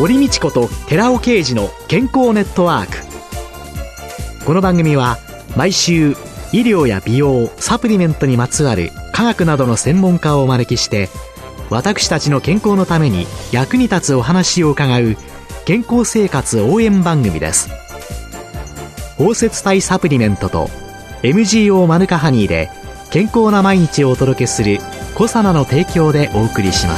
堀道子と寺尾啓二の健康ネットワーク。この番組は毎週医療や美容、サプリメントにまつわる科学などの専門家をお招きして、私たちの健康のために役に立つお話を伺う健康生活応援番組です。包摂体サプリメントと MGO マヌカハニーで健康な毎日をお届けするコサナの提供でお送りします。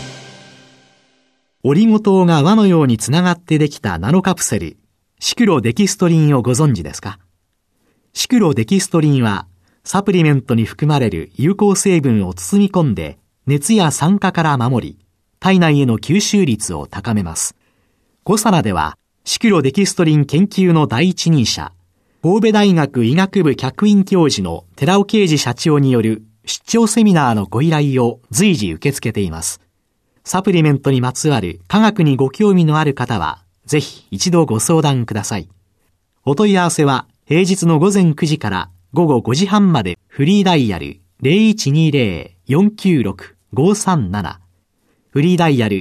オリゴ糖が輪のようにつながってできたナノカプセル、シクロデキストリンをご存知ですか？シクロデキストリンはサプリメントに含まれる有効成分を包み込んで熱や酸化から守り、体内への吸収率を高めます。コサナではシクロデキストリン研究の第一人者、神戸大学医学部客員教授の寺尾啓二社長による出張セミナーのご依頼を随時受け付けています。サプリメントにまつわる科学にご興味のある方は、ぜひ一度ご相談ください。お問い合わせは平日の午前9時から午後5時半までフリーダイヤル 0120-496-537 フリーダイヤル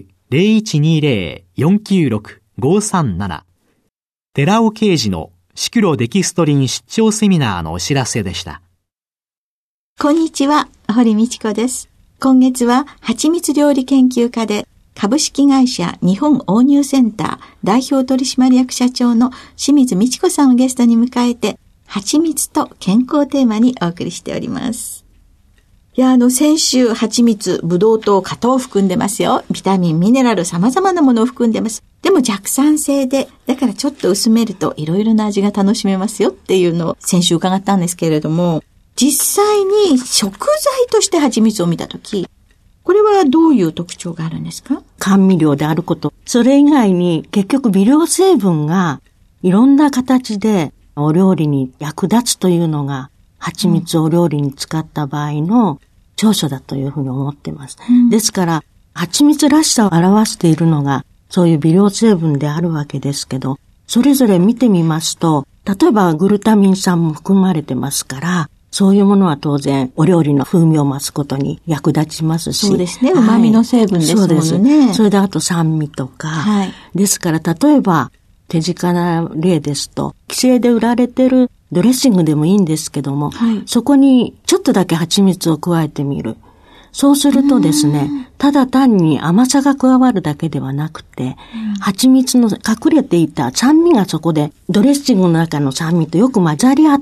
0120-496-537 寺尾啓二のシクロデキストリン出張セミナーのお知らせでした。 こんにちは、堀道子です。今月は蜂蜜料理研究家で株式会社日本黄乳センター代表取締役社長の清水美智子さんをゲストに迎えて、蜂蜜と健康テーマにお送りしております。いや、先週蜂蜜、ブドウ糖、果糖を含んでますよ。ビタミン、ミネラル、様々なものを含んでます。でも弱酸性で、だからちょっと薄めるといろいろな味が楽しめますよっていうのを先週伺ったんですけれども、実際に食材として蜂蜜を見たとき、これはどういう特徴があるんですか？ 甘味料であること。それ以外に結局微量成分がいろんな形でお料理に役立つというのが蜂蜜をお料理に使った場合の長所だというふうに思っています。ですから蜂蜜らしさを表しているのがそういう微量成分であるわけですけど、それぞれ見てみますと、例えばグルタミン酸も含まれてますから、そういうものは当然お料理の風味を増すことに役立ちますし。 そうですね。旨味の成分ですもんね。 そうです。それであと酸味とか。はい。ですから例えば手近な例ですと、規制で売られてるドレッシングでもいいんですけども、はい、そこにちょっとだけ蜂蜜を加えてみる。そうするとですね、ただ単に甘さが加わるだけではなくて、蜂蜜の隠れていた酸味がそこでドレッシングの中の酸味とよく混ざり合って、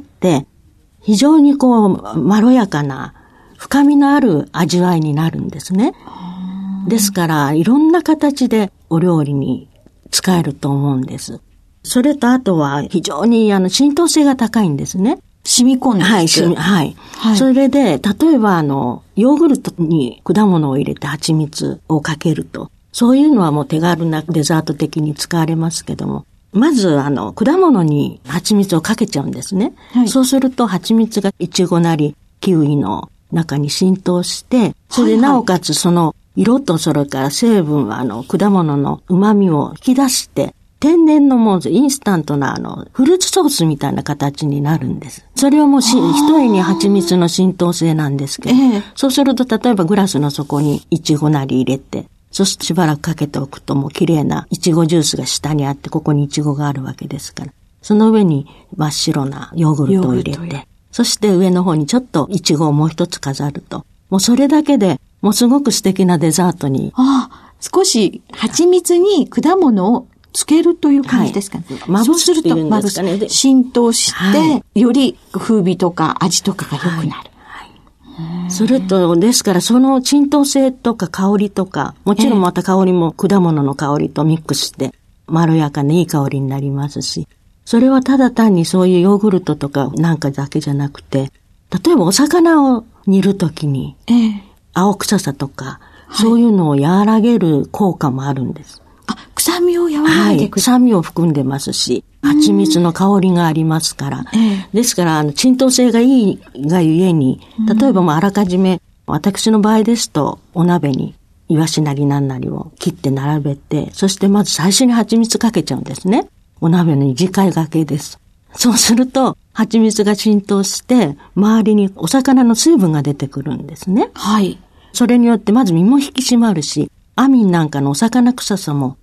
非常にまろやかな深みのある味わいになるんですね。ですからいろんな形でお料理に使えると思うんです。それとあとは非常に浸透性が高いんですね。 染み込んでる。 はい、はい。それで例えばヨーグルトに果物を入れて蜂蜜をかけると、そういうのはもう手軽なデザート的に使われますけども、まず果物に蜂蜜をかけちゃうんですね。はい、そうすると蜂蜜がイチゴなりキウイの中に浸透して、それでなおかつその色とそれから成分は果物の旨味を引き出して、天然のもうインスタントなフルーツソースみたいな形になるんです。それをもう一重に蜂蜜の浸透性なんですけど、そうすると例えばグラスの底にイチゴなり入れて、そしてしばらくかけておくともう綺麗なイチゴジュースが下にあって、ここにイチゴがあるわけですから、その上に真っ白なヨーグルトを入れて、そして上の方にちょっとイチゴをもう一つ飾ると、もうそれだけでもうすごく素敵なデザートに。 少し蜂蜜に果物をつけるという感じですかね。 はい、そうするとまぶすね、 浸透して、はい、より風味とか味とかが良くなる。 それと、ですからその浸透性とか香りとか、もちろんまた香りも果物の香りとミックスしてまろやかないい香りになりますし、それはただ単にそういうヨーグルトとかなんかだけじゃなくて、例えばお魚を煮るときに、青臭さとか、そういうのを和らげる効果もあるんです。 臭みを和らげてくる。 はい、臭みを含んでますし、蜂蜜の香りがありますから。ですから、浸透性がいいがゆえに、例えばもうあらかじめ、私の場合ですと、お鍋にイワシなりなんなりを切って並べて、そしてまず最初に蜂蜜かけちゃうんですね。お鍋の二次会がけです。そうすると、蜂蜜が浸透して、周りにお魚の水分が出てくるんですね。 はい。 それによってまず身も引き締まるし、アミンなんかのお魚臭さも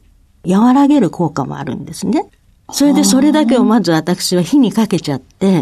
和らげる効果もあるんですね。それでそれだけをまず私は火にかけちゃって、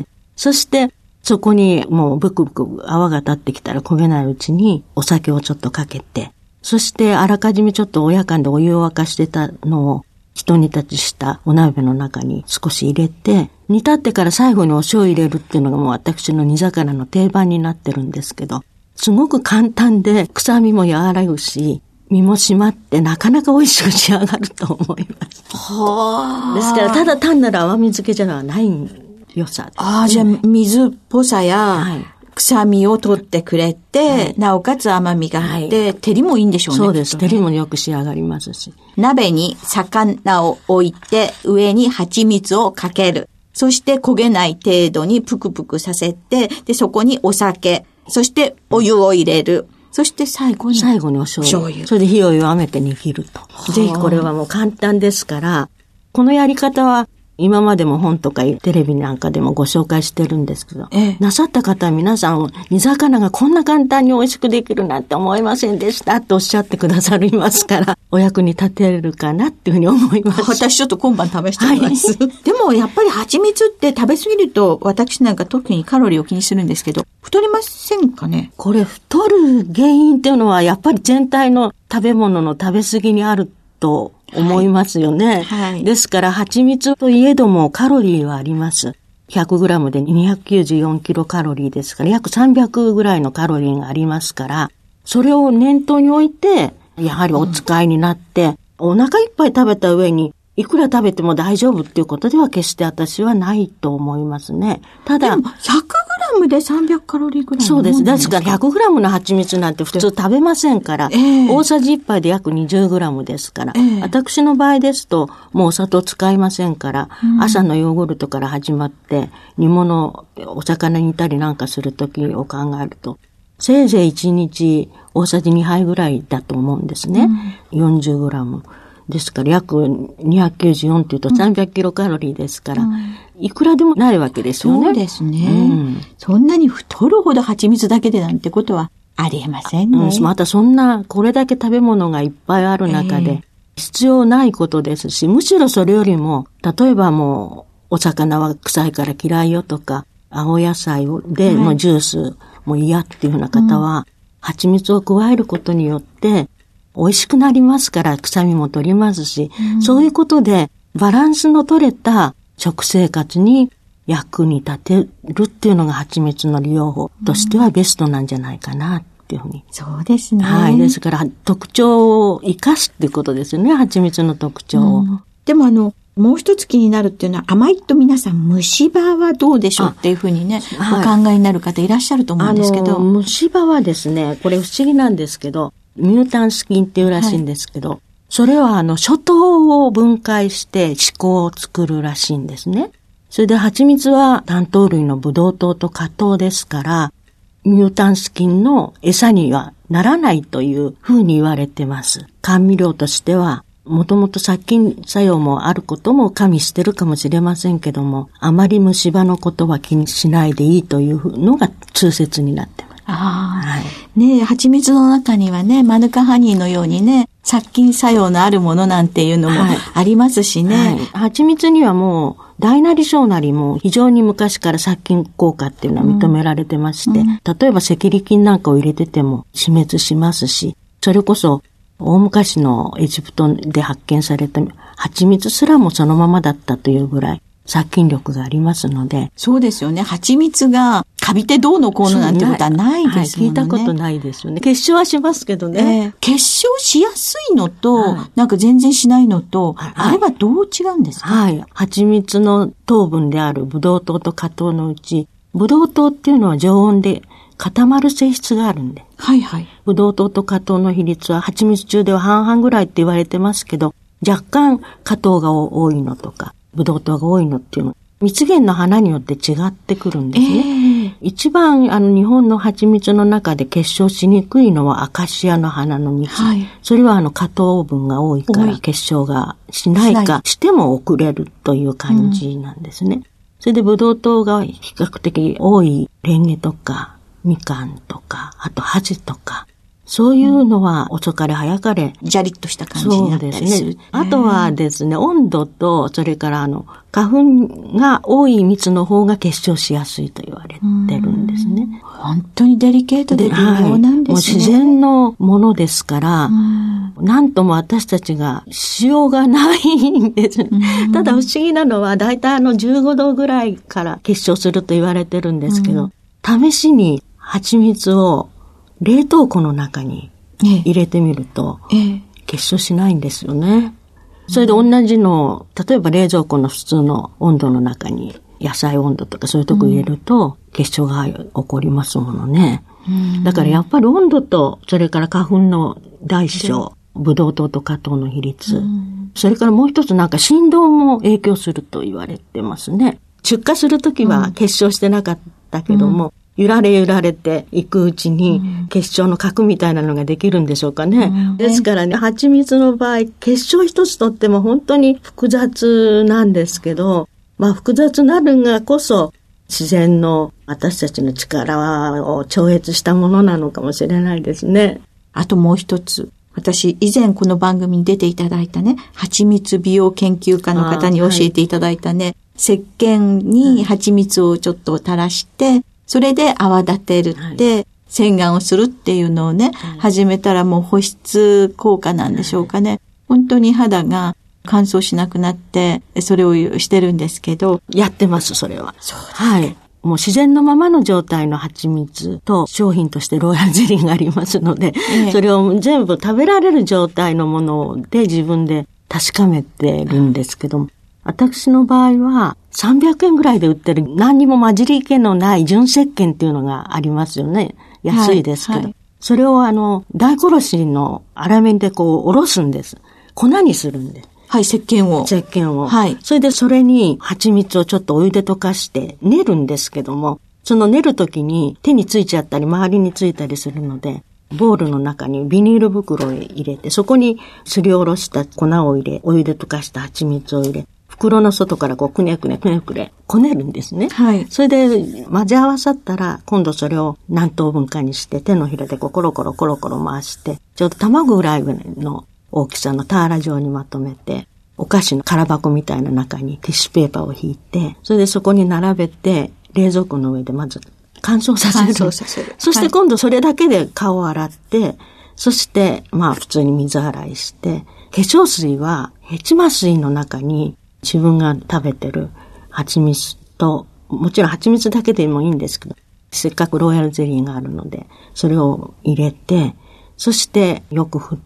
そしてそこにもうブクブク泡が立ってきたら焦げないうちにお酒をちょっとかけて、そしてあらかじめちょっとおやかんでお湯を沸かしてたのを一煮立ちしたお鍋の中に少し入れて、煮立ってから最後にお塩を入れるっていうのがもう私の煮魚の定番になってるんですけど、すごく簡単で臭みも和らぐし、身も締まってなかなか美味しく仕上がると思います。 はあ。 ですからただ単なる甘み漬けじゃない良さです、ね。 ああ、じゃあ水っぽさや臭みを取ってくれて、なおかつ甘みがあって、照りもいいんでしょうね。 そうです。照りもよく仕上がりますし。 鍋に魚を置いて、上に蜂蜜をかける。そして焦げない程度にプクプクさせて、で、そこにお酒、そしてお湯を入れる。そして最後にお醤油。それで火を弱めて握ると。ぜひこれはもう簡単ですから、このやり方は今までも本とかテレビなんかでもご紹介してるんですけど、なさった方は皆さん、煮魚がこんな簡単に美味しくできるなんて思いませんでしたっておっしゃってくださりますから、お役に立てるかなっていうふうに思います。 私ちょっと今晩試してみます。でもやっぱり蜂蜜って食べ過ぎると、私なんか特にカロリーを気にするんですけど、太りませんかね？ これ太る原因っていうのはやっぱり全体の食べ物の食べ過ぎにあると思いますよね。 はい。 ですから蜂蜜といえどもカロリーはあります。100g で294キロカロリーですから約300ぐらいのカロリーがありますから、それを念頭に置いてやはりお使いになって、お腹いっぱい食べた上にいくら食べても大丈夫っていうことでは決して私はないと思いますね。ただ、 でも100g で300カロリーぐらいそうです。ですから 100g の蜂蜜なんて普通食べませんから、大さじ1杯で約 20g ですから、私の場合ですともうお砂糖使いませんから、朝のヨーグルトから始まって煮物、お魚煮たりなんかするときを考えると、せいぜい1日大さじ2杯ぐらいだと思うんですね。40g。ですから約294っていうと300キロカロリーですから、いくらでもないわけですよね。 そうですね。そんなに太るほど蜂蜜だけでなんてことはありえませんね。 またそんな、これだけ食べ物がいっぱいある中で、必要ないことですし、むしろそれよりも、例えばもう、お魚は臭いから嫌いよとか、青野菜でのジュースも嫌っていうような方は、蜂蜜を加えることによって、美味しくなりますから臭みも取りますし、そういうことでバランスの取れた食生活に役に立てるっていうのが蜂蜜の利用法としてはベストなんじゃないかなっていうふうに。 そうですね。 はい。ですから特徴を生かすっていうことですよね、蜂蜜の特徴を。 でももう一つ気になるっていうのは、甘いと皆さん虫歯はどうでしょうっていうふうにね、お考えになる方いらっしゃると思うんですけど。 虫歯はですね、これ不思議なんですけど、ミュータンス菌っていうらしいんですけど、それは初糖を分解して歯垢を作るらしいんですね。それで蜂蜜は単糖類のブドウ糖と果糖ですから、ミュータンス菌の餌にはならないというふうに言われてます。甘味料としては、もともと殺菌作用もあることも加味してるかもしれませんけども、あまり虫歯のことは気にしないでいいというのが通説になってます。 ね、蜂蜜の中にはね、マヌカハニーのようにね、殺菌作用のあるものなんていうのもありますしね。 蜂蜜にはもう大なり小なりも非常に昔から殺菌効果っていうのは認められてまして、例えば赤痢菌なんかを入れてても死滅しますし、それこそ大昔のエジプトで発見された蜂蜜すらもそのままだったというぐらい殺菌力がありますので。 そうですよね。蜂蜜がカビてどうのこうのなんてことはないですもんね。 聞いたことないですよね。結晶はしますけどね。 結晶しやすいのと、なんか全然しないのと、あれはどう違うんですか？ 蜂蜜の糖分であるブドウ糖と果糖のうち、ブドウ糖っていうのは常温で固まる性質があるんで。ブドウ糖と果糖の比率は蜂蜜中では半々ぐらいって言われてますけど、若干果糖が多いのとか、ブドウ糖が多いのっていうの、蜜源の花によって違ってくるんですね。一番日本の蜂蜜の中で結晶しにくいのはアカシアの花の蜜。それは果糖分が多いから結晶がしないかしても遅れるという感じなんですね。それでブドウ糖が比較的多いレンゲとかみかんとか、あとハゼとか、 そういうのは遅かれ早かれ。 ジャリッとした感じになったりする。 そうですね。あとはですね、温度と、それから花粉が多い蜜の方が結晶しやすいと言われてるんですね。 本当にデリケートで微妙なんですね。 もう自然のものですから、なんとも私たちがしようがないんです。ただ不思議なのは、だいたい15度ぐらいから結晶すると言われてるんですけど、試しに蜂蜜を冷凍庫の中に入れてみると、結晶しないんですよね。それで同じの、例えば冷蔵庫の普通の温度の中に野菜温度とかそういうとこ入れると、結晶が起こりますものね。だからやっぱり温度と、それから花粉の大小、ブドウ糖と果糖の比率、それからもう一つ振動も影響すると言われてますね。出荷するときは結晶してなかったけども、揺られていくうちに結晶の核みたいなのができるんでしょうかね。ですからね、蜂蜜の場合、結晶一つとっても本当に複雑なんですけど、複雑なるがこそ自然の私たちの力を超越したものなのかもしれないですね。 あともう一つ。私、以前この番組に出ていただいたね、蜂蜜美容研究家の方に教えていただいたね、石鹸に蜂蜜をちょっと垂らして、それで泡立てるって、洗顔をするっていうのをね、始めたらもう保湿効果なんでしょうかね。本当に肌が乾燥しなくなって、それをしてるんですけど。 やってます、それは。 そうです。 はい。もう自然のままの状態の蜂蜜と商品としてロイヤルゼリーがありますので、それを全部食べられる状態のもので自分で確かめてるんですけども、私の場合は300円ぐらいで売ってる何にも混じり気のない純石鹸っていうのがありますよね。安いですけど。それを大根しの粗めでおろすんです。粉にするんです。 はい、石鹸を。 石鹸を。 はい。 それでそれに蜂蜜をちょっとお湯で溶かして練るんですけども、その練るときに手についちゃったり周りについたりするので、ボウルの中にビニール袋を入れて、そこにすりおろした粉を入れ、お湯で溶かした蜂蜜を入れ、袋の外からくねくねこねるんですね。 はい。 それで混ぜ合わさったら、今度それを何等分かにして手のひらでコロコロ回して、ちょうど卵ぐらいの大きさの俵状にまとめて、お菓子の空箱みたいな中にティッシュペーパーを引いて、それでそこに並べて、冷蔵庫の上でまず乾燥させる。そして今度それだけで顔を洗って、そして普通に水洗いして、化粧水はヘチマ水の中に自分が食べてる蜂蜜と、もちろん蜂蜜だけでもいいんですけど、せっかくロイヤルゼリーがあるので、それを入れて、そしてよく振って、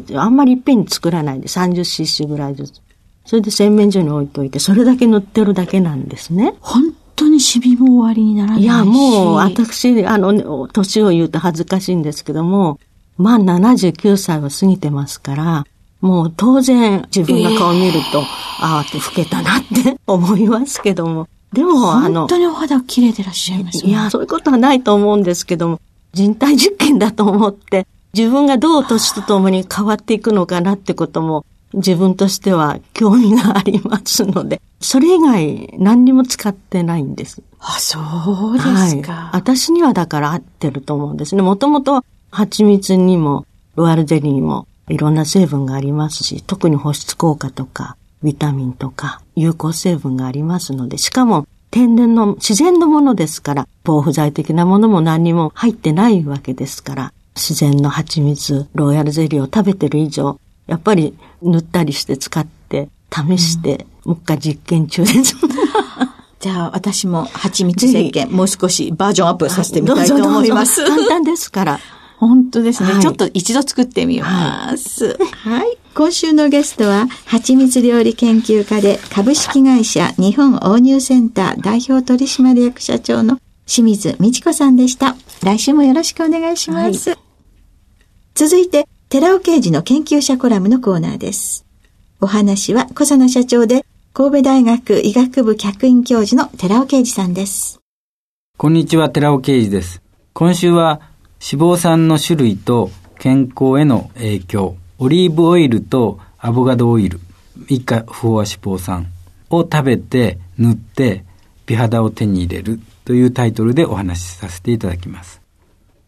あんまりいっぺんに作らないで 30cc ぐらいずつ。それで洗面所に置いといて、それだけ塗ってるだけなんですね。 本当にシミも終わりにならないし。 いや、もう私、年を言うと恥ずかしいんですけども、79歳を過ぎてますから、もう当然自分の顔を見ると、ああって老けたなって思いますけども。でも本当にお肌綺麗でいらっしゃいますね。 いや、そういうことはないと思うんですけども、人体実験だと思って、自分がどう年とともに変わっていくのかなってことも、自分としては興味がありますので、それ以外何にも使ってないんです。 あ、そうですか。 はい。私にはだから合ってると思うんですね。もともと蜂蜜にもロイヤルゼリーにもいろんな成分がありますし、特に保湿効果とかビタミンとか有効成分がありますので、しかも天然の自然のものですから、防腐剤的なものも何にも入ってないわけですから、自然の蜂蜜、ロイヤルゼリーを食べてる以上、やっぱり塗ったりして使って試して、もう一回実験中です。 じゃあ私も蜂蜜石鹸もう少しバージョンアップさせてみたいと思います。 簡単ですから。 本当ですね、 はい。 ちょっと一度作ってみます。はい。今週のゲストは蜂蜜料理研究家で株式会社日本応入センター代表取締役社長の清水美智子さんでした。来週もよろしくお願いします。はい、続いて寺尾啓二の研究者コラムのコーナーです。お話は小佐野社長で神戸大学医学部客員教授の寺尾啓二さんです。 こんにちは、寺尾啓二です。今週は脂肪酸の種類と健康への影響、オリーブオイルとアボカドオイル以下不飽和脂肪酸を食べて塗って美肌を手に入れるというタイトルでお話しさせていただきます。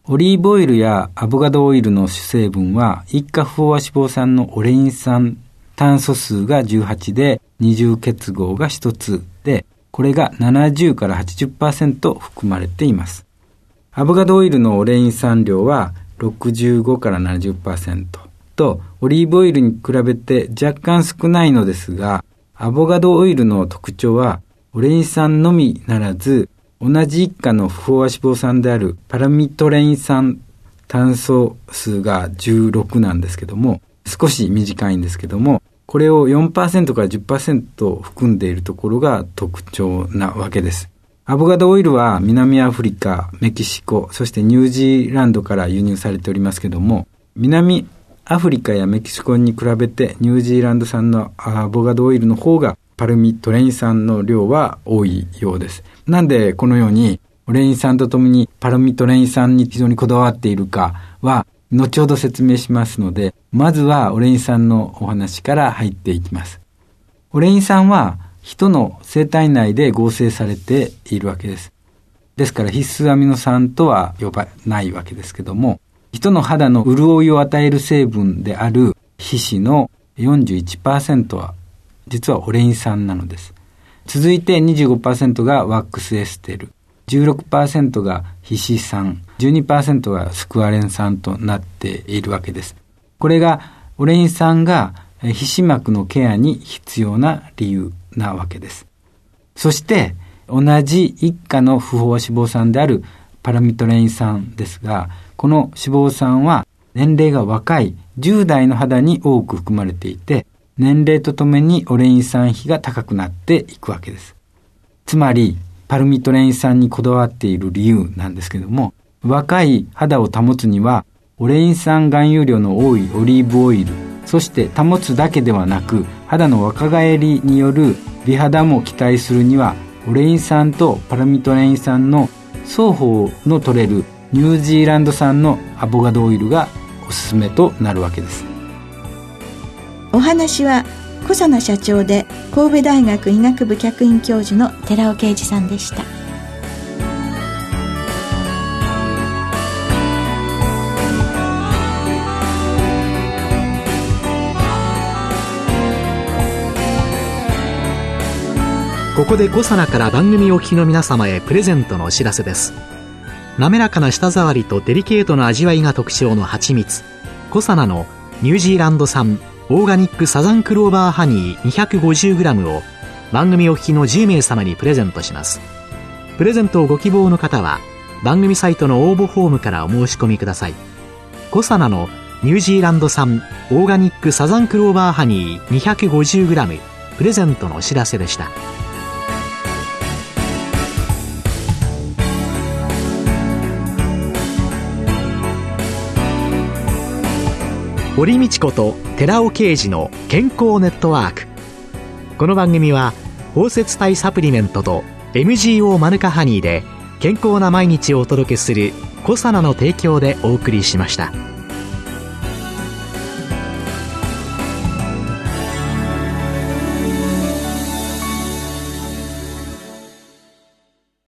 オリーブオイルやアボカドオイルの主成分は一価不飽和脂肪酸のオレイン酸、炭素数が18で二重結合が1つで、これが70から 80% 含まれています。アボカドオイルのオレイン酸量は65から 70% とオリーブオイルに比べて若干少ないのですが、アボカドオイルの特徴はオレイン酸のみならず、同じ一価の不飽和脂肪酸であるパラミトレイン酸、炭素数が16なんですけども、少し短いんですけども、これを 4% から 10% 含んでいるところが特徴なわけです。アボカドオイルは南アフリカ、メキシコ、そしてニュージーランドから輸入されておりますけども、南アフリカやメキシコに比べてニュージーランド産のアボカドオイルの方がパルミトレイン酸の量は多いようです。なんでこのようにオレイン酸とともにパルミトレイン酸に非常にこだわっているかは後ほど説明しますので、まずはオレイン酸のお話から入っていきます。オレイン酸は人の生体内で合成されているわけです。ですから必須アミノ酸とは呼ばないわけですけども、人の肌の潤いを与える成分である皮脂の 41% は実はオレイン酸なのです。続いて 25% がワックスエステル、16% が皮脂酸、12% がスクワレン酸となっているわけです。これがオレイン酸が皮脂膜のケアに必要な理由なわけです。そして同じ一価の不飽和脂肪酸であるパラミトレイン酸ですが、この脂肪酸は年齢が若い10代の肌に多く含まれていて、年齢とともにオレイン酸比が高くなっていくわけです。つまりパルミトレイン酸にこだわっている理由なんですけども、若い肌を保つにはオレイン酸含有量の多いオリーブオイル、そして保つだけではなく肌の若返りによる美肌も期待するには、オレイン酸とパラミトレイン酸の双方の取れるニュージーランド産のアボカドオイルがおすすめとなるわけです。 お話は小佐奈社長で神戸大学医学部客員教授の寺尾啓二さんでした。 ここで小佐奈から番組お聞きの皆様へプレゼントのお知らせです。滑らかな舌触りとデリケートな味わいが特徴の蜂蜜、小佐奈のニュージーランド産オーガニックサザンクローバーハニー 250g を番組お聞きの10名様にプレゼントします。プレゼントをご希望の方は番組サイトの応募フォームからお申し込みください。小佐奈のニュージーランド産オーガニックサザンクローバーハニー 250g プレゼントのお知らせでした。堀道子と寺尾啓二の健康ネットワーク。この番組は包摂体サプリメントと MGO マヌカハニーで健康な毎日をお届けする小佐奈の提供でお送りしました。